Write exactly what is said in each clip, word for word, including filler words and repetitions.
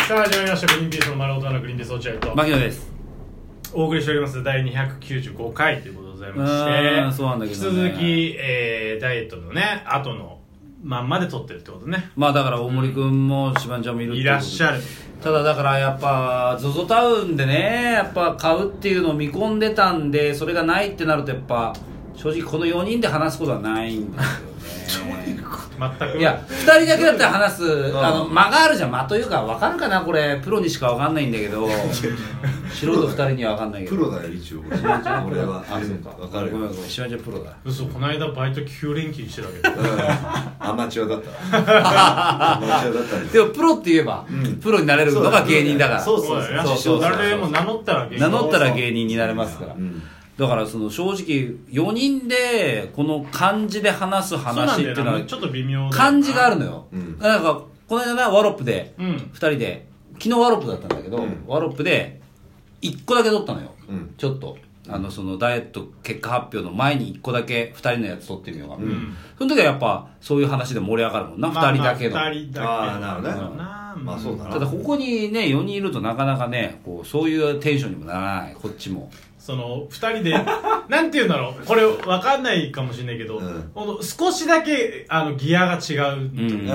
さあ始まりましたグリーンピースの丸太のグリーンピース落合と牧野です。 お送りしておりますだいにひゃくきゅうじゅうごかいということでございましてそうなんだけど、ね、 引き続き、えー、ダイエットのね後のまんまで撮ってるってことね。 まあだから大森くんもしばんちゃんもいるっていらっしゃる。 ただだからやっぱ ゾゾ タウンでねやっぱ買うっていうのを見込んでたんで、それがないってなるとやっぱ正直このよにんで話すことはないんですよね全く。 いやふたりだけだったら話すあの間があるじゃん。間というか分かるかな、これプロにしか分かんないんだけど素人ふたりには分かんないけどプロだよ一応。俺はあ、そうか分かる。 ごめんごめん、しばんちゃんプロだ。 嘘、この間バイトきゅう連勤してるわけだアマチュアだったアマチュアだったんです。 でもプロって言えば、うん、プロになれるのが芸人だからそうそうそうそうそう。誰も名乗ったら芸人名乗ったら芸人になれますから、うん、だからその正直よにんでこの漢字で話す話っていうのはちょっと微妙だ漢字があるのよ、うん、なんかこの間なワロップでふたりで、昨日ワロップだったんだけど、うん、ワロップでいっこだけ撮ったのよ、うん、ちょっとあのそのダイエット結果発表の前にいっこだけふたりのやつ撮ってみようか、うん、その時はやっぱそういう話で盛り上がるもんな、まあ、ふたりだけの、 まあ、ふたりだけああなるほどね、うん、 まあそうだな。 ただここにねよにんいるとなかなかねこうそういうテンションにもならない、こっちもそのふたりでなんていうんだろう、これ分かんないかもしれないけど、うん、この少しだけあのギアが違う、うんうん、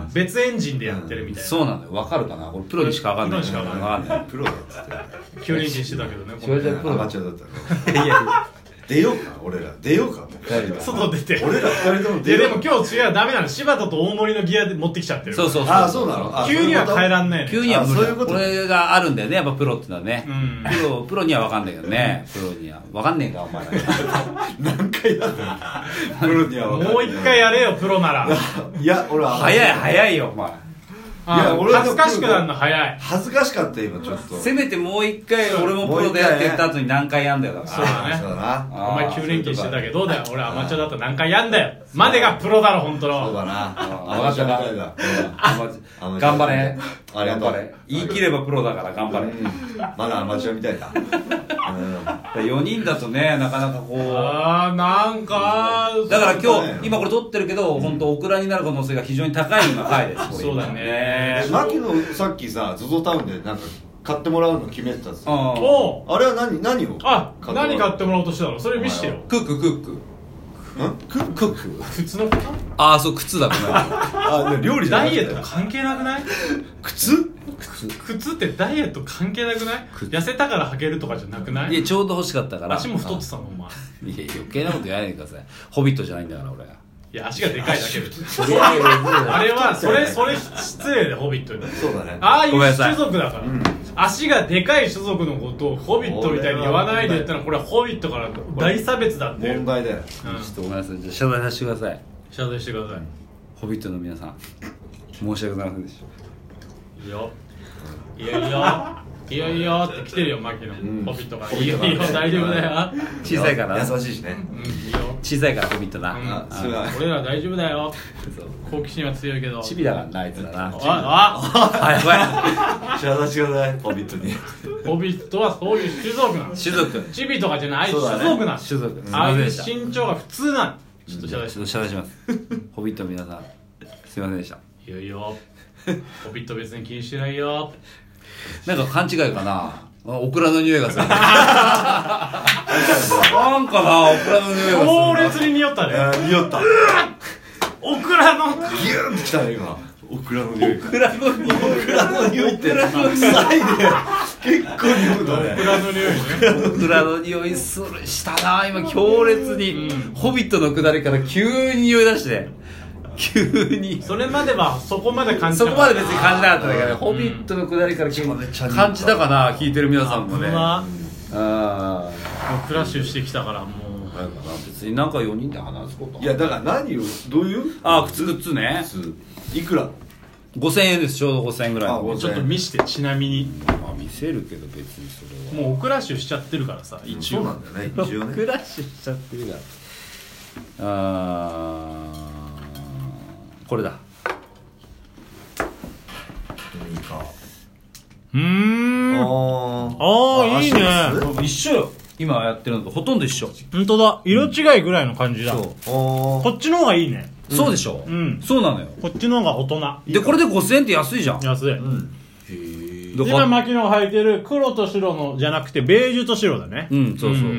別エンジンでやってるみたいな、 うん、そうなのよ。分かるかな、これプロにしか分かんない、 プロにしか分かんないプロだっつってきゅう連勤してたけどね、 これアマチュアだったのいや出ようか、俺ら出ようか、 外出て俺らふたりとも出よう。 いやでも今日違う、ダメなの、柴田と大森のギアで持ってきちゃってる。 そうそうそう。 ああそうなの。 急には変えらんないね。 急には無理。 そういうこと。 これがあるんだよね、やっぱプロってのはね、うん、プロプロには分かんないけどね、プロには分かんねえかお前何回やったのプロには分かんない。 もう一回やれよプロならいや俺は早い早いよお前。 いや俺恥ずかしくなるの早い。 恥ずかしかった今ちょっと。 せめてもう一回俺もプロでやってった後に何回やんだよだから。 そうだね。そうだな。お前きゅう連勤してたけどどうだよ。俺アマチュアだったら何回やんだよ。までがプロだろ本当の。 そうだな。 アマチュアみたいだ。頑張れ。 ありがとう。 言い切ればプロだから頑張れ。 まだアマチュアみたいだ。 よにんだとねなかなかこう。 ああなんか。 だから今日今これ撮ってるけど本当オクラになる可能性が非常に高い今回です。 そうだね。 牧野さっきさ ゾゾ タウンでなんか買ってもらうの決めてたんですよ。 ああれは何何をあ何買ってもらおうとしてたの、それ見してよ。 クッククッククックク靴のことああそう靴だごめんあ料理じゃなくてダイエット関係なくない？ 靴靴靴ってダイエット関係なくない？痩せたから履けるとかじゃなくない？ いやちょうど欲しかったから足も太ってたのお前。 いや余計なこと言わないでください。ホビットじゃないんだから俺。 いや足がでかいだけであれはそれそれ失礼でホビットに。 そうだね。 ああいう種族だから、うん、足がでかい種族のことをホビットみたいに言わないで言ったらこれはホビットから大差別だって問題だよ、うん、 ちょっとごめんなさい。じゃあ謝罪させてください。 謝罪してください。 ホビットの皆さん申し訳ございませんでした。 いいよいやいやいやいやって来てるよマキの、うん、ホビットからいいよいいよ大丈夫だよ。 小さいから優しいしね、 うん、いいよ小さいからホビットな、うん、 ああ俺ら大丈夫だよ。好奇心は強いけどチビだからなあいつだな。 あああやばい知らさせてくださいホビットに。 ホビットはそういう種族なの。 種族チビとかじゃない種族なの。 種族ああいう身長が普通なの。ちょっと謝罪します。謝罪しますホビットの皆さんすいませんでした。 いよいよホビット別に気にしてないよ。 なんか勘違いかな、オクラの匂いがするなんかなオクラの匂いがする。 強烈に匂ったね。 匂ったオクラのギューンってきたね今。オクラの匂い。 オクラの匂い。 オクラの匂いって臭いね。結構匂うだね。 オクラの匂いね。 オクラの匂いするしたな今強烈に、うん、ホビットの下りから急に匂い出して急にそれまではそこまで感じそこまで別に感じなかったんだけど、うん、ホビットの下りから急に感じたかな聞いてる皆さんもね。ああもうクラッシュしてきたからもう別になんかよにんで話すこと。 いやだから何をどういうあ靴靴ねいくらごせんえんです。ちょうどごせんえんぐらいの。 ちょっと見してちなみに。 まあ見せるけど別にそれはもうクラッシュしちゃってるからさ一応。 そうなんだよね一応ねクラッシュしちゃってるからあーこれだ。 いいか。 うーんあああいいね。 一緒よ今やってるのとほとんど一緒。 本当だ色違いぐらいの感じだ、うん、 そうこっちの方がいいね、 うん、そうでしょ、 うん、 そうなのよ。 こっちの方が大人でこれでごせんえんって安いじゃん。 安い、うん、 今牧野が履いてる黒と白のじゃなくてベージュと白だね。 うんそうそう、うん、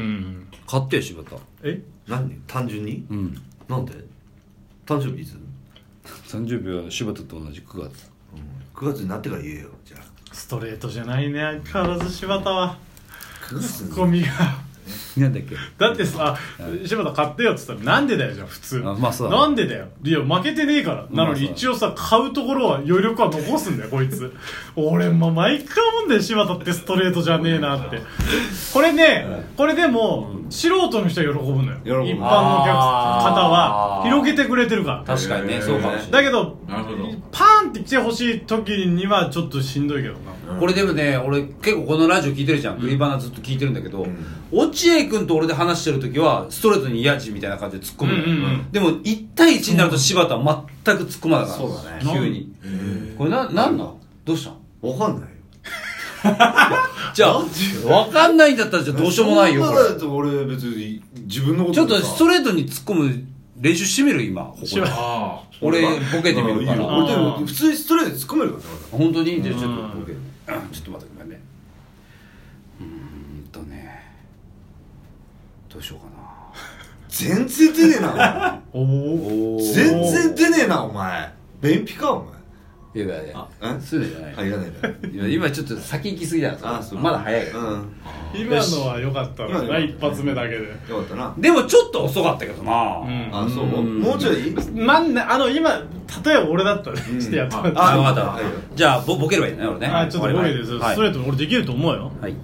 買ってよ柴田。 え何単純に、うん、なんで誕生日いつ誕生日は柴田と同じくがつ、 うん、くがつになってから言えよ。じゃあストレートじゃないね相変わらず柴田はツッコミがなんだっけだってさ、柴田買ってよって言ったらなんでだよじゃあ普通。あ、まあそうだね、なんでだよ。いや負けてねえからなのに一応さ買うところは余力は残すんだよこいつ俺も毎回思うんだよ柴田ってストレートじゃねえなってこれねこれでも素人の人は喜ぶのよ。一般のお客方は広げてくれてるから。 確かにねそうかもしれない。 だけどパーンって来てほしい時にはちょっとしんどいけどな。 これでもね俺結構このラジオ聞いてるじゃん。グリバナずっと聞いてるんだけど、落合君と俺で話してる時はストレートに嫌じみたいな感じで突っ込む、うんうんうん、でもいち対いちになると柴田は全く突っ込まなかった。そうだね急に。これな、なんなんどうしたのわかんないよじゃあわかんないんだったらじゃあどうしようもないよ。これ俺別に自分のことちょっとストレートに突っ込む練習してみる今ここで。俺ボケてみるから。 俺でも普通にストレートに突っ込めるからね。 本当にじゃあちょっとボケちょっと待ってくださいね。うーんとねどうしようかな。 全然出ねえなおお全然出ねえなお前。便秘かお前。 いやいやいやそういうのじゃない。 あいらないだ今ちょっと先行き過ぎだな。あそうまだ早いから、うん、 今のは良かったな一発目だけで。 良かったな。 でもちょっと遅かったけどな、うん、 あそうもうちょいなんであの今例えば俺だったらしてやった。 あ分かった。じゃあボケればいいね俺ね。 あちょっとボケです。ストレート俺できると思うよ。はい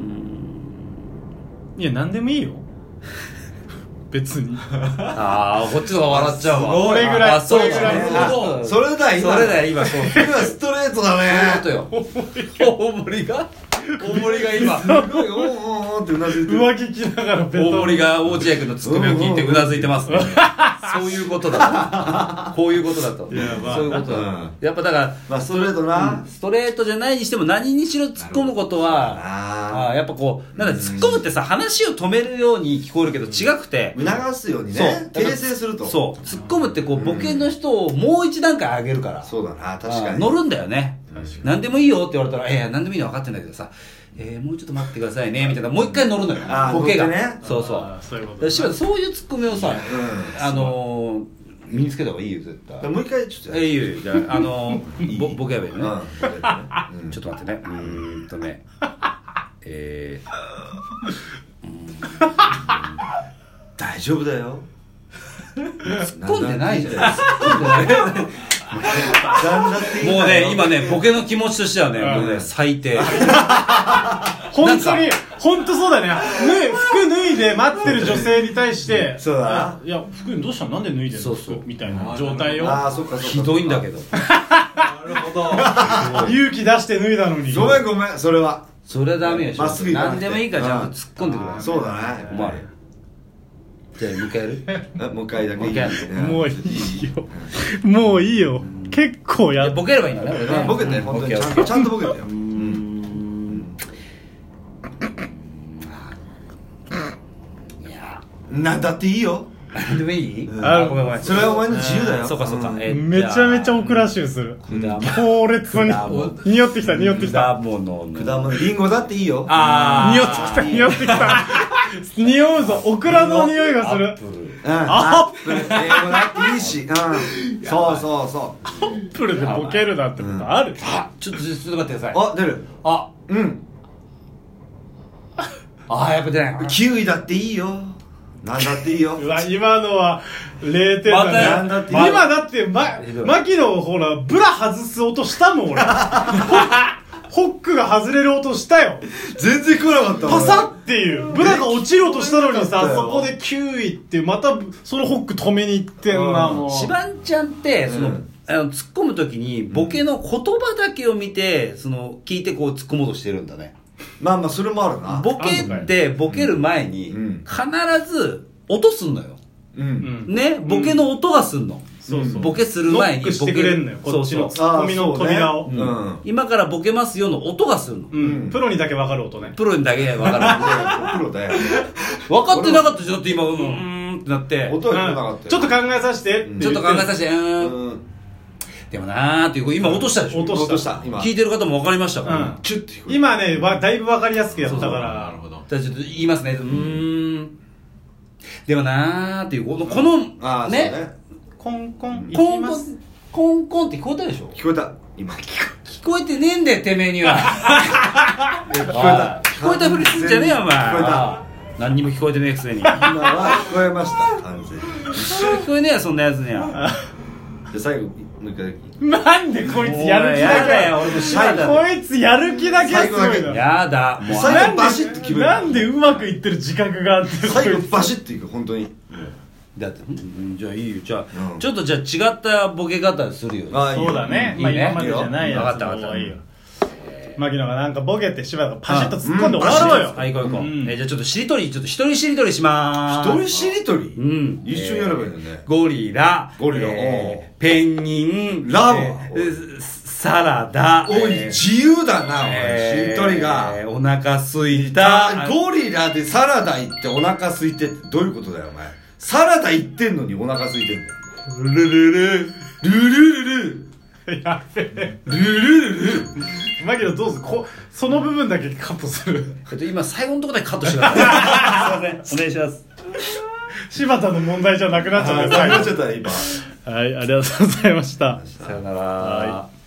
いや何でもいいよ別にああこっちの方が笑っちゃうわ。 これぐらいそれぐらいそれだ今それだよ今そう今ストレートだね。 そういうことよ。大森が大森が今すごいおんおんおんってうなずいてる。 上聞きながらベト大森が落合君のツッコミを聞いてうなずいてますねそういうことだこういうことだと。そういうことだ。やっぱだからまあストレートなストレートじゃないにしても何にしろ突っ込むことはあやっぱこうなんだ突っ込むってさ話を止めるように聞こえるけど違くて促すようにね訂正すると。 そう突っ込むってこうボケの人をもう一段階上げるから。 そうだな確かに乗るんだよね。何でもいいよって言われたら「えー、何でもいいの分かってんだけどさえー、もうちょっと待ってくださいね」みたいなもう一回乗るのよボケが。ね、そうそうそういうこと柴田そういうツッコミをさ、うん、あのー、身につけた方がいいよ絶対。 もう一回ちょっとえー、いいよいいよじゃあ、あのー、ボ, ボケやべえね、うん、ちょっと待ってねうーんとねえー、うーん大丈夫だよ突っ込んでないじゃん。突っ込んでないもうね今ねボケの気持ちとしてはね、うん、もうね最低本当に本当そうだね。服脱いで待ってる女性に対してそうだいや服どうしたのなんで脱いでるのそうそうみたいな状態をあそっかそっかひどいんだけどなるほど勇気出して脱いだのにごめんごめんそれはそれはダメよ。 まっすぐ何でもいいからちゃんと突っ込んでください。 そうだねまあじゃあもう一回やるもう一回だけいいもういいよもういいよ結構やボケればいいんだね俺ね。 ボケて本当にちゃんとちゃんとボケてよ。いやなんだっていいよ。 何でもいい？ あごめんごめんそれはお前の自由だよ。 そうかそうか。 めちゃめちゃオクラッシュする強烈に匂ってきた匂ってきた。 果物果物リンゴだっていいよ。 あ匂ってきた匂ってきた匂うぞオクラの匂いがする。 アップル英語だっていいしそうそうそうアップルでボケるなってことある？ ちょっとちょっと待ってください。 あ出る。 あうんあやっぱ出ない。 キウイだっていいよ。なんだっていいよ。 うわ今のはれいてんだね。 なんだっていいよ。 今だってま牧野ほらブラ外す音したもん俺ホックが外れる音したよ。 全然食わなかったパサっていうブラが落ちる音したのにさそこでキウイってまたそのホック止めに行ってんなもう。 しばんちゃんってその、うん、あの突っ込む時にボケの言葉だけを見てその聞いてこう突っ込もうとしてるんだね。 まあまあそれもあるな。 ボケってボケる前に必ず音すんのよ、うん、ねボケの音がすんの、うん、ボケする前にボケしてくれんのよこっちのツッコミの扉を、ねうん、 今からボケますよの音がするの、 うん、プロにだけ分かる音ね。 プロにだけ分かるプロだよ分かってなかったじゃんだって今うーんってなって音が聞こえなかったよ。 ちょっと考えさせて、 うん、ちょっと考えさせてうーんでもなーっていう今落としたでしょ。 落とした落とした今聞いてる方も分かりましたから、 うんチュッて聞こえる今ねわだいぶ分かりやすくやったから。 なるほど。 じゃあちょっと言いますね。うーん。でもなーっていうこのこのああね、 ねコンコンいコンコきます。 ンコンコンって聞こえたでしょ。 聞こえた今聞こえてねえんだよてめえには。 聞こえた聞こえたふりすんじゃねえよお前。 聞こえた何にも聞こえてねえくせに。 今は聞こえました完全に聞こえねえよそんなやつには。 で最後もう一回だけなんでこいつやる気だけ。 やだよ俺も柴田こいつやる気だけはすごいな。 やだもう最後バシッと決めるなんでうまくいってる自覚があって最後バシッといく本当にだってうんじゃあいいよじゃあ、 うん、 ちょっとじゃあ違ったボケ方するよ。 あそうだね。まあ今までじゃないやつ分かった分かったいいよ。牧野がなんかボケて柴田がパシッと突っ込んで終わろうよ。 はい行こう行こう、 うんえーじゃあちょっとしりとりちょっと一人しりとりしまーす。 一人しりとりうん一緒にやればいいよねえーゴリラゴリラえーペンギンラはえーサラダおいえー自由だなお前しりとりがえーお腹すいたゴリラでサラダ行ってお腹空いてってどういうことだよお前サラダ行ってんのにお腹空いてんだよルルルルルルルルやべえ。 ルルルル牧野どうぞこその部分だけカットする。 えっと今最後のところだけカットしてください。すいませんお願いします。 柴田の問題じゃなくなっちゃった。 あなくなっちゃった今はい、ありがとうございました。 さよなら。 はい